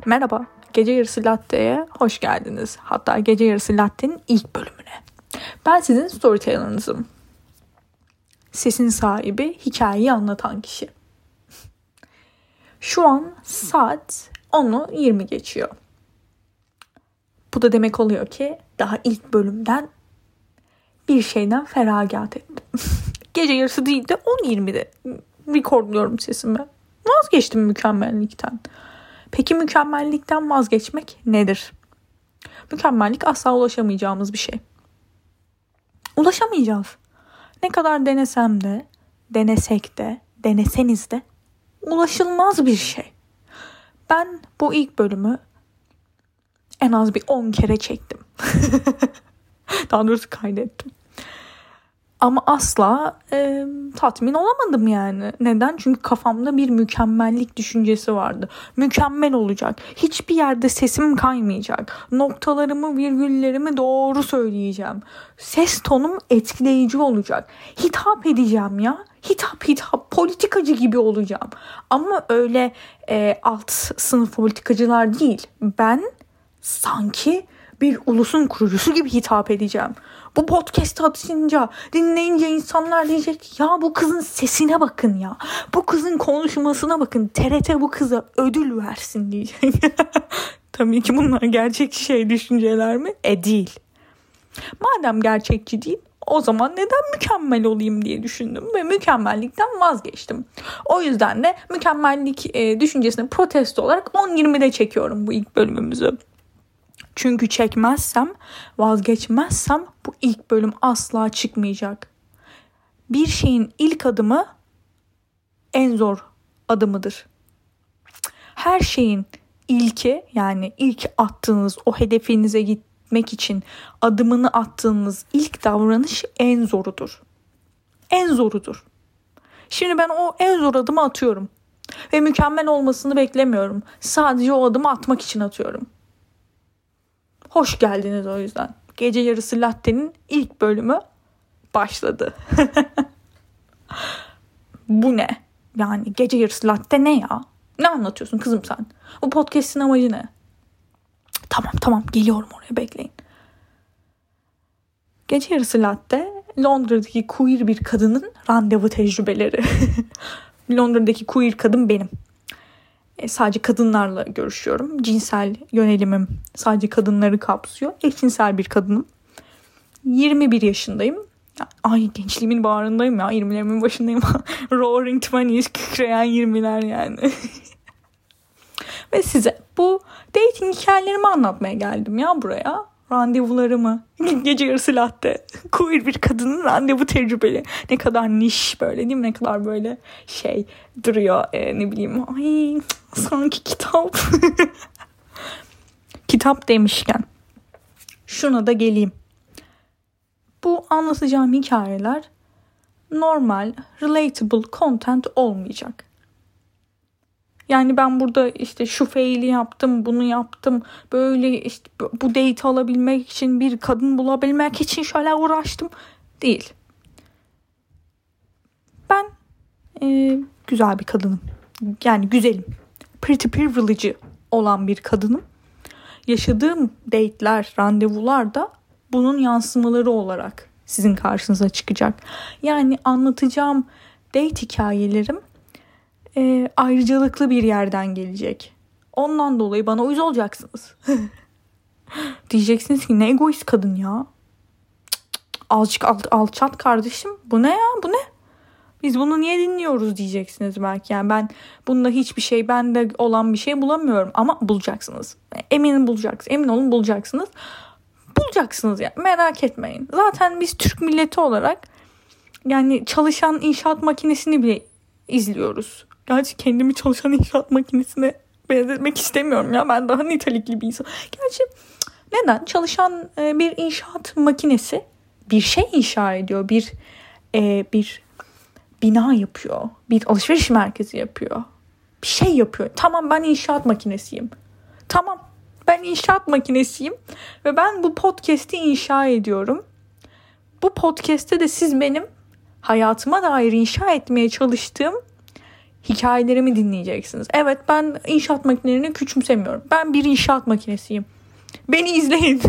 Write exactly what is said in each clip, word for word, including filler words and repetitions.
Merhaba, Gece Yarısı Latte'ye hoş geldiniz. Hatta Gece Yarısı Latte'nin ilk bölümüne. Ben sizin storyteller'ınızım. Sesin sahibi, hikayeyi anlatan kişi. Şu an saat onu yirmi geçiyor. Bu da demek oluyor ki daha ilk bölümden bir şeyden feragat ettim. Gece yarısı değil de on yirmide recordluyorum sesimi. Vazgeçtim mükemmellikten. Peki mükemmellikten vazgeçmek nedir? Mükemmellik asla ulaşamayacağımız bir şey. Ulaşamayacağız. Ne kadar denesem de, denesek de, deneseniz de ulaşılmaz bir şey. Ben bu ilk bölümü en az bir on kere çektim. Daha doğrusu kaydettim. Ama asla e, tatmin olamadım yani. Neden? Çünkü kafamda bir mükemmellik düşüncesi vardı. Mükemmel olacak. Hiçbir yerde sesim kaymayacak. Noktalarımı, virgüllerimi doğru söyleyeceğim. Ses tonum etkileyici olacak. Hitap edeceğim ya. Hitap hitap politikacı gibi olacağım. Ama öyle e, alt sınıf politikacılar değil. Ben sanki bir ulusun kurucusu gibi hitap edeceğim. Bu podcast'ı atınca, dinleyince insanlar diyecek ya bu kızın sesine bakın ya. Bu kızın konuşmasına bakın. T R T bu kıza ödül versin diyecek. Tabii ki bunlar gerçekçi şey düşünceler mi? E değil. Madem gerçekçi değil, o zaman neden mükemmel olayım diye düşündüm ve mükemmellikten vazgeçtim. O yüzden de mükemmellik e, düşüncesini protesto olarak on yirmide çekiyorum bu ilk bölümümüzü. Çünkü çekmezsem, vazgeçmezsem bu ilk bölüm asla çıkmayacak. Bir şeyin ilk adımı en zor adımıdır. Her şeyin ilki, yani ilk attığınız o hedefinize gitmek için adımını attığınız ilk davranış en zorudur. En zorudur. Şimdi ben o en zor adımı atıyorum. Ve mükemmel olmasını beklemiyorum. Sadece o adımı atmak için atıyorum. Hoş geldiniz o yüzden. Gece Yarısı Latte'nin ilk bölümü başladı. Bu ne? Yani Gece Yarısı Latte ne ya? Ne anlatıyorsun kızım sen? Bu podcast'in amacı ne? Tamam tamam geliyorum oraya, bekleyin. Gece Yarısı Latte Londra'daki queer bir kadının randevu tecrübeleri. Londra'daki queer kadın benim. Sadece kadınlarla görüşüyorum. Cinsel yönelimim sadece kadınları kapsıyor. Eşcinsel bir kadınım. yirmi bir yaşındayım. Ay gençliğimin bağrındayım ya. yirmilerimin başındayım. Roaring twenties, kükreyen yirmiler yani. Ve size bu dating hikayelerimi anlatmaya geldim ya buraya. Randevularımı. Gece yarısı latte. Queer bir kadının randevu tecrübeli. Ne kadar niş böyle değil mi? Ne kadar böyle şey duruyor. Ee, ne bileyim. Ay sanki kitap. Kitap demişken şuna da geleyim. Bu anlatacağım hikayeler normal, relatable content olmayacak. Yani ben burada işte şu faili yaptım, bunu yaptım, böyle işte bu date alabilmek için, bir kadın bulabilmek için şöyle uğraştım. Değil. Ben e, güzel bir kadınım. Yani güzelim. Pretty privilege'ı olan bir kadınım. Yaşadığım date'ler, randevular da bunun yansımaları olarak sizin karşınıza çıkacak. Yani anlatacağım date hikayelerim E, ayrıcalıklı bir yerden gelecek. Ondan dolayı bana uyuz olacaksınız. Diyeceksiniz ki ne egoist kadın ya. Cık cık, azıcık al, alçat kardeşim. Bu ne ya, bu ne? Biz bunu niye dinliyoruz diyeceksiniz belki. Yani ben bunda hiçbir şey, bende olan bir şey bulamıyorum. Ama bulacaksınız. Eminim bulacaksınız. Emin olun bulacaksınız. Bulacaksınız ya. Yani. Merak etmeyin. Zaten biz Türk milleti olarak yani çalışan inşaat makinesini bile izliyoruz. Gerçi kendimi çalışan inşaat makinesine benzetmek istemiyorum ya. Ben daha nitelikli bir insan. Gerçi neden? Çalışan e, bir inşaat makinesi bir şey inşa ediyor. Bir e, bir bina yapıyor. Bir alışveriş merkezi yapıyor. Bir şey yapıyor. Tamam ben inşaat makinesiyim. Tamam ben inşaat makinesiyim. Ve ben bu podcast'i inşa ediyorum. Bu podcast'te de siz benim hayatıma dair inşa etmeye çalıştığım Hikayelerimi dinleyeceksiniz. Evet, ben inşaat makinelerini küçümsemiyorum. Ben bir inşaat makinesiyim. Beni izleyin.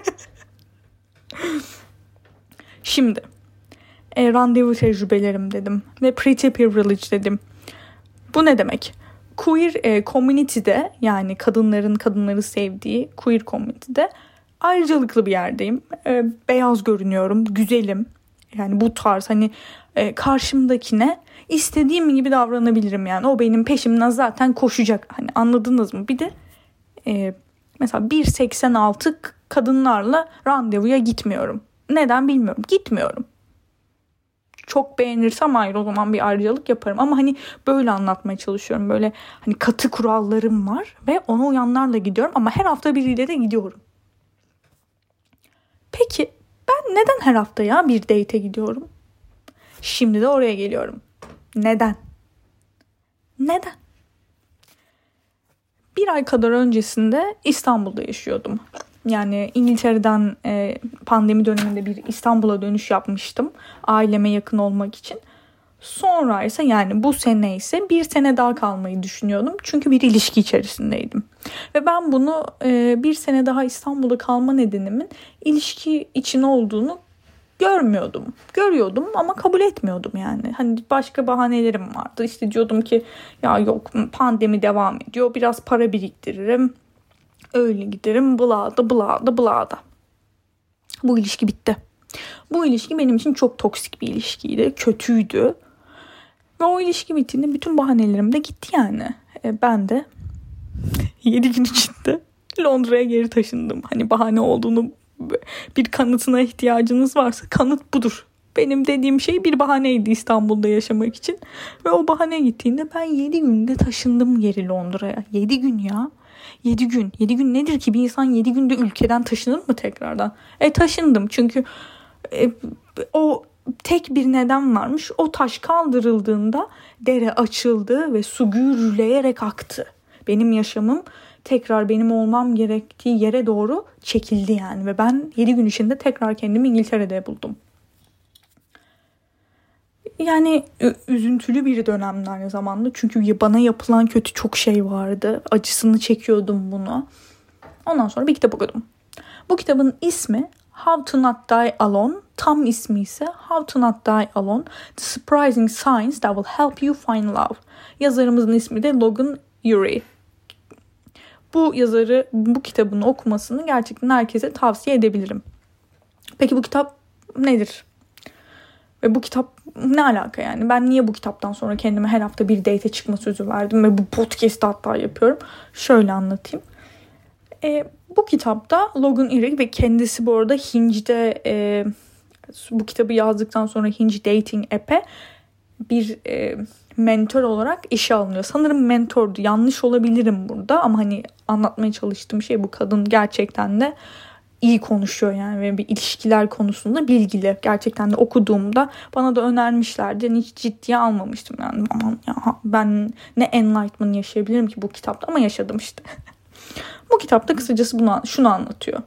Şimdi e, randevu tecrübelerim dedim ve pretty privilege dedim. Bu ne demek? Queer e, community'de, yani kadınların kadınları sevdiği queer community'de ayrıcalıklı bir yerdeyim. E, beyaz görünüyorum, güzelim. Yani bu tarz hani e, karşımdakine istediğim gibi davranabilirim yani. O benim peşimden zaten koşacak. Hani anladınız mı? Bir de e, mesela bir seksen altı kadınlarla randevuya gitmiyorum. Neden bilmiyorum. Gitmiyorum. Çok beğenirsem hayır, o zaman bir ayrıcalık yaparım. Ama hani böyle anlatmaya çalışıyorum. Böyle hani katı kurallarım var ve ona uyanlarla gidiyorum. Ama her hafta biriyle de gidiyorum. Peki ben neden her hafta ya bir date'e gidiyorum? Şimdi de oraya geliyorum. Neden? Neden? Bir ay kadar öncesinde İstanbul'da yaşıyordum. Yani İngiltere'den e, pandemi döneminde bir İstanbul'a dönüş yapmıştım. Aileme yakın olmak için. Sonra ise yani bu sene ise bir sene daha kalmayı düşünüyordum. Çünkü bir ilişki içerisindeydim. Ve ben bunu e, bir sene daha İstanbul'da kalma nedenimin ilişki için olduğunu görmüyordum. Görüyordum ama kabul etmiyordum yani. Hani başka bahanelerim vardı. İşte diyordum ki ya yok, pandemi devam ediyor. Biraz para biriktiririm. Öyle giderim. Blada blada blada. Bu ilişki bitti. Bu ilişki benim için çok toksik bir ilişkiydi. Kötüydü. Ve o ilişki bittiğinde bütün bahanelerim de gitti yani. E, ben de yedi gün içinde Londra'ya geri taşındım. Hani bahane olduğunu, bir kanıtına ihtiyacınız varsa kanıt budur. Benim dediğim şey bir bahaneydi İstanbul'da yaşamak için. Ve o bahane gittiğinde ben yedi günde taşındım geri Londra'ya. yedi gün ya. yedi gün. yedi gün nedir ki? Bir insan yedi günde ülkeden taşınır mı tekrardan? E taşındım çünkü e, o tek bir neden varmış. O taş kaldırıldığında dere açıldı ve su gürleyerek aktı. Benim yaşamım tekrar benim olmam gerektiği yere doğru çekildi yani. Ve ben yedi gün içinde tekrar kendimi İngiltere'de buldum. Yani üzüntülü bir dönemdi aynı zamanda. Çünkü bana yapılan kötü çok şey vardı. Acısını çekiyordum bunu. Ondan sonra bir kitap okudum. Bu kitabın ismi How to Not Die Alone. Tam ismi ise How to Not Die Alone. The Surprising Science That Will Help You Find Love. Yazarımızın ismi de Logan Ury. Bu yazarı, bu kitabını okumasını gerçekten herkese tavsiye edebilirim. Peki bu kitap nedir? Ve bu kitap ne alaka yani? Ben niye bu kitaptan sonra kendime her hafta bir date'e çıkma sözü verdim ve bu podcast'ı hatta yapıyorum? Şöyle anlatayım. E, bu kitapta Logan Ury ve kendisi bu arada Hinge'de e, bu kitabı yazdıktan sonra Hinge Dating app'e bir e, mentor olarak işe alınıyor. Sanırım mentordu. Yanlış olabilirim burada ama hani anlatmaya çalıştığım şey bu. Kadın gerçekten de iyi konuşuyor yani ve bir ilişkiler konusunda bilgili. Gerçekten de okuduğumda bana da önermişlerdi. Yani hiç ciddiye almamıştım yani. Aman ya, ben ne enlightenment yaşayabilirim ki bu kitapta, ama yaşadım işte. Bu kitapta kısacası bunu, şunu anlatıyor.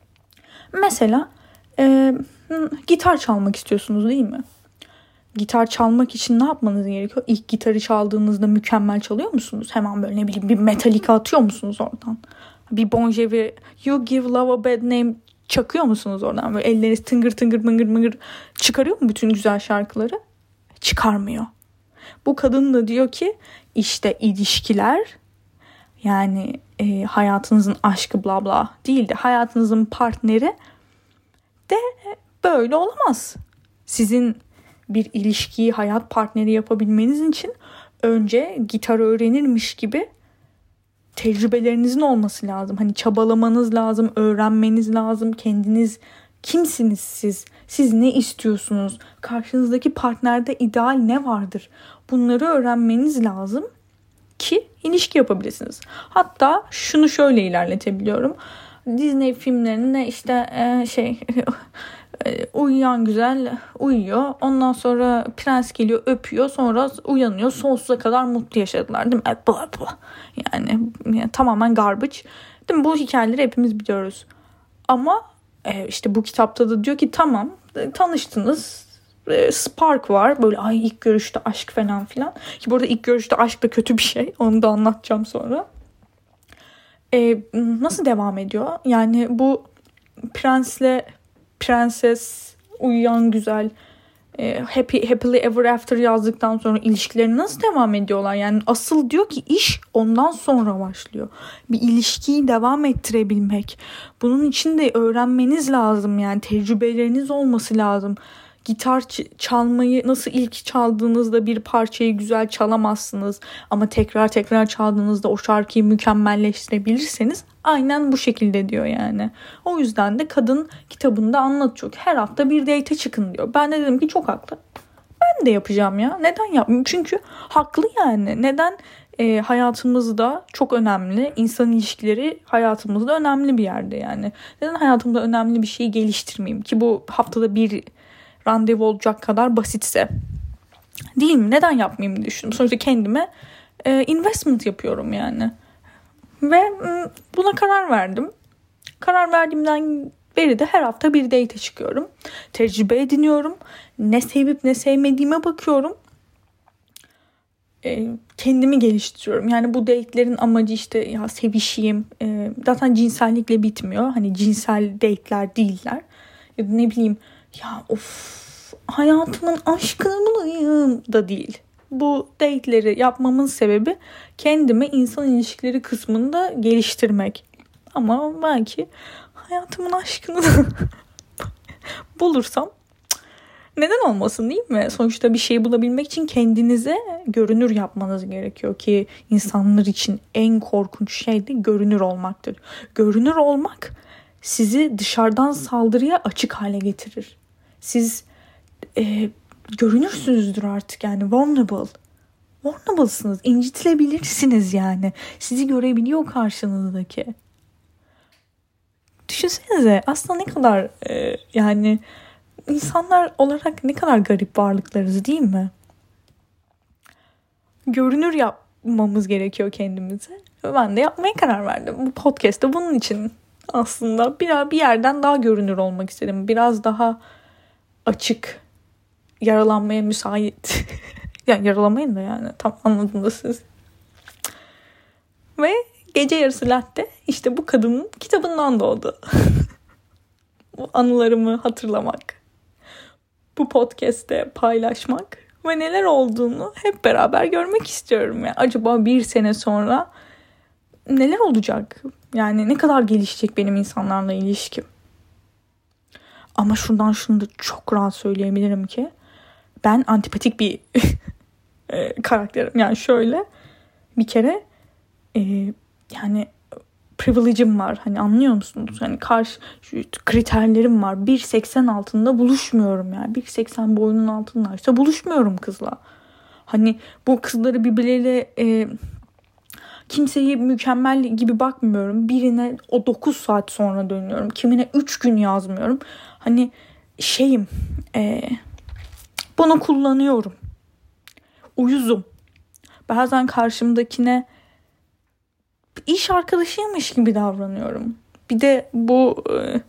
Mesela e, gitar çalmak istiyorsunuz değil mi? Gitar çalmak için ne yapmanız gerekiyor? İlk gitarı çaldığınızda mükemmel çalıyor musunuz? Hemen böyle ne bileyim bir Metallica atıyor musunuz oradan? Bir Bon Jovi You Give Love a Bad Name çakıyor musunuz oradan? Böyle elleriniz tıngır tıngır mıngır mıngır çıkarıyor mu bütün güzel şarkıları? Çıkarmıyor. Bu kadın da diyor ki işte ilişkiler, yani e, hayatınızın aşkı bla bla değil de hayatınızın partneri de böyle olamaz. Sizin bir ilişkiyi hayat partneri yapabilmeniz için önce gitar öğrenirmiş gibi tecrübelerinizin olması lazım. Hani çabalamanız lazım, öğrenmeniz lazım. Kendiniz kimsiniz siz? Siz ne istiyorsunuz? Karşınızdaki partnerde ideal ne vardır? Bunları öğrenmeniz lazım ki ilişki yapabilirsiniz. Hatta şunu şöyle ilerletebiliyorum. Disney filmlerinde işte e, şey uyuyan güzel uyuyor. Ondan sonra prens geliyor, öpüyor. Sonra uyanıyor. Sonsuza kadar mutlu yaşadılar değil mi? Bla bla. Yani, yani tamamen garbage. Değil mi? Bu hikayeleri hepimiz biliyoruz. Ama e, işte bu kitapta da diyor ki tamam tanıştınız. e, spark var. Böyle ay ilk görüşte aşk falan filan. Ki bu arada ilk görüşte aşk da kötü bir şey. Onu da anlatacağım sonra. E, nasıl devam ediyor? Yani bu prensle prenses uyuyan güzel e, happy happily ever after yazdıktan sonra ilişkileri nasıl devam ediyorlar? Yani asıl diyor ki iş ondan sonra başlıyor. Bir ilişkiyi devam ettirebilmek. Bunun için de öğrenmeniz lazım, yani tecrübeleriniz olması lazım. Gitar çalmayı nasıl ilk çaldığınızda bir parçayı güzel çalamazsınız ama tekrar tekrar çaldığınızda o şarkıyı mükemmelleştirebilirseniz aynen bu şekilde diyor yani. O yüzden de kadın kitabında anlatıyor ki her hafta bir date çıkın diyor. Ben de dedim ki çok haklı. Ben de yapacağım ya. Neden yapmayayım? Çünkü haklı yani. Neden? E, hayatımızda çok önemli. İnsan ilişkileri hayatımızda önemli bir yerde yani. Neden hayatımda önemli bir şeyi geliştirmeyeyim ki bu haftada bir randevu olacak kadar basitse. Değil mi? Neden yapmayayım diye düşündüm. Sonuçta kendime e, investment yapıyorum yani. Ve m, buna karar verdim. Karar verdiğimden beri de her hafta bir date çıkıyorum. Tecrübe ediniyorum. Ne sevip ne sevmediğime bakıyorum. E, kendimi geliştiriyorum. Yani bu date'lerin amacı işte ya sevişeyim. E, zaten cinsellikle bitmiyor. Hani cinsel date'ler değiller. Ya da ne bileyim ya of hayatımın aşkını bulayım da değil. Bu date'leri yapmamın sebebi kendimi insan ilişkileri kısmında geliştirmek. Ama belki hayatımın aşkını bulursam neden olmasın, değil mi? Sonuçta bir şey bulabilmek için kendinize görünür yapmanız gerekiyor ki insanlar için en korkunç şey de görünür olmaktır. Görünür olmak sizi dışarıdan saldırıya açık hale getirir. Siz e, görünürsünüzdür artık yani vulnerable. Vulnerable'sınız. İncitilebilirsiniz yani. Sizi görebiliyor karşınızdaki. Düşünsenize aslında ne kadar e, yani insanlar olarak ne kadar garip varlıklarız, değil mi? Görünür yapmamız gerekiyor kendimize. Ben de yapmaya karar verdim. Bu podcast'te bunun için aslında biraz bir yerden daha görünür olmak istedim. Biraz daha açık, yaralanmaya müsait. Yani yaralamayın da yani tam anladınız siz. Ve Gece Yarısı Latte işte bu kadının kitabından doğdu. Bu anılarımı hatırlamak, bu podcast'te paylaşmak ve neler olduğunu hep beraber görmek istiyorum. Yani acaba bir sene sonra neler olacak? Yani ne kadar gelişecek benim insanlarla ilişkim? Ama şundan şunu da çok rahat söyleyebilirim ki ben antipatik bir karakterim. Yani şöyle bir kere e, yani privilege'im var. Hani anlıyor musunuz? Hani karşı şu kriterlerim var. bir seksen altında buluşmuyorum yani. bir seksen boyunun altındaysa buluşmuyorum kızla. Hani bu kızları birbirleriyle e, kimseyi mükemmel gibi bakmıyorum. Birine o dokuz saat sonra dönüyorum. Kimine üç gün yazmıyorum. Hani şeyim e, bunu kullanıyorum. Uyuzum. Bazen karşımdakine iş arkadaşıymış gibi davranıyorum. Bir de bu e,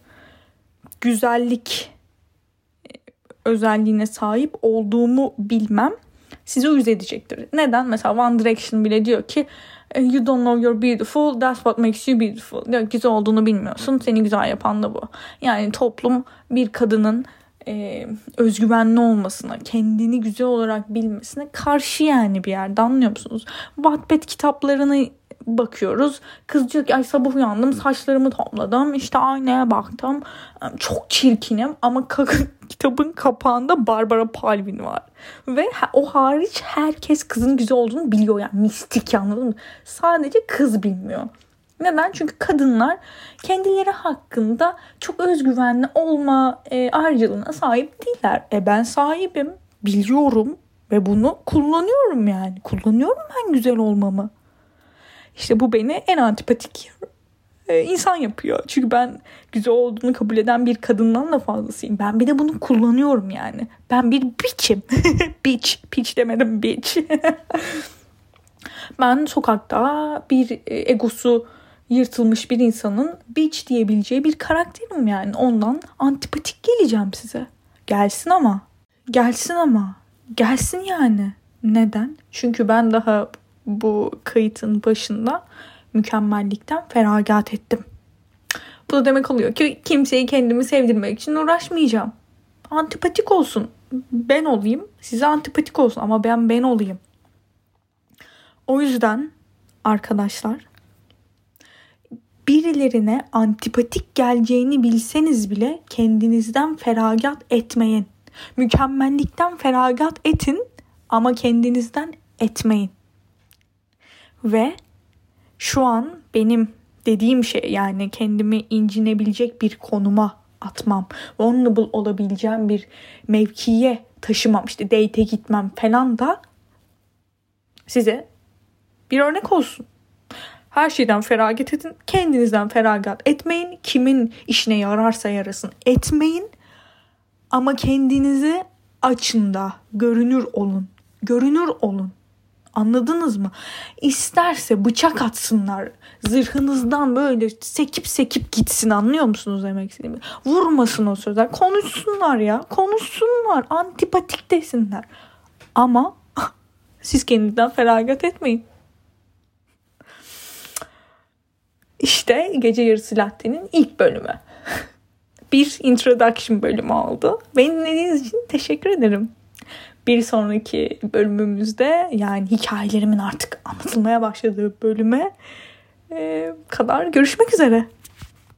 güzellik e, özelliğine sahip olduğumu bilmem sizi uyuz edecektir. Neden? Mesela One Direction bile diyor ki you don't know you're beautiful, that's what makes you beautiful. Diyor, güzel olduğunu bilmiyorsun, seni güzel yapan da bu. Yani toplum bir kadının e, özgüvenli olmasına, kendini güzel olarak bilmesine karşı yani bir yerde, anlıyor musunuz? Wattpad kitaplarını bakıyoruz. Kız diyor ki ay sabah uyandım, saçlarımı topladım, işte aynaya baktım, çok çirkinim ama kitabın kapağında Barbara Palvin var. Ve o hariç herkes kızın güzel olduğunu biliyor, yani mistik, anladın mı? Sadece kız bilmiyor. Neden? Çünkü kadınlar kendileri hakkında çok özgüvenli olma e, ayrıcalığına sahip değiller. E ben sahibim, biliyorum ve bunu kullanıyorum yani. Kullanıyorum ben güzel olmamı. İşte bu beni en antipatik e, insan yapıyor. Çünkü ben güzel olduğunu kabul eden bir kadından da fazlasıyım. Ben bir de bunu kullanıyorum yani. Ben bir bitch'im. Bitch. Pitch demedim, bitch. Ben sokakta bir e, egosu yırtılmış bir insanın bitch diyebileceği bir karakterim yani. Ondan antipatik geleceğim size. Gelsin ama. Gelsin ama. Gelsin yani. Neden? Çünkü ben daha bu kayıtın başında mükemmellikten feragat ettim. Bu da demek oluyor ki kimseyi kendimi sevdirmek için uğraşmayacağım. Antipatik olsun. Ben olayım. Size antipatik olsun ama ben ben olayım. O yüzden arkadaşlar, birilerine antipatik geleceğini bilseniz bile kendinizden feragat etmeyin. Mükemmellikten feragat etin ama kendinizden etmeyin. Ve şu an benim dediğim şey, yani kendimi incinebilecek bir konuma atmam, vulnerable olabileceğim bir mevkiye taşımam, işte date'e gitmem falan da size bir örnek olsun. Her şeyden feragat edin. Kendinizden feragat etmeyin. Kimin işine yararsa yarasın etmeyin. Ama kendinizi açın da görünür olun. Görünür olun. Anladınız mı? İsterse bıçak atsınlar. Zırhınızdan böyle sekip sekip gitsin. Anlıyor musunuz demek istediğimi? Vurmasın o sözler. Konuşsunlar ya. Konuşsunlar. Antipatik desinler. Ama siz kendinizden feragat etmeyin. İşte Gece Yarısı Latte'nin ilk bölümü. Bir introduction bölümü oldu. Beni dinlediğiniz için teşekkür ederim. Bir sonraki bölümümüzde, yani hikayelerimin artık anlatılmaya başladığı bölüme kadar görüşmek üzere.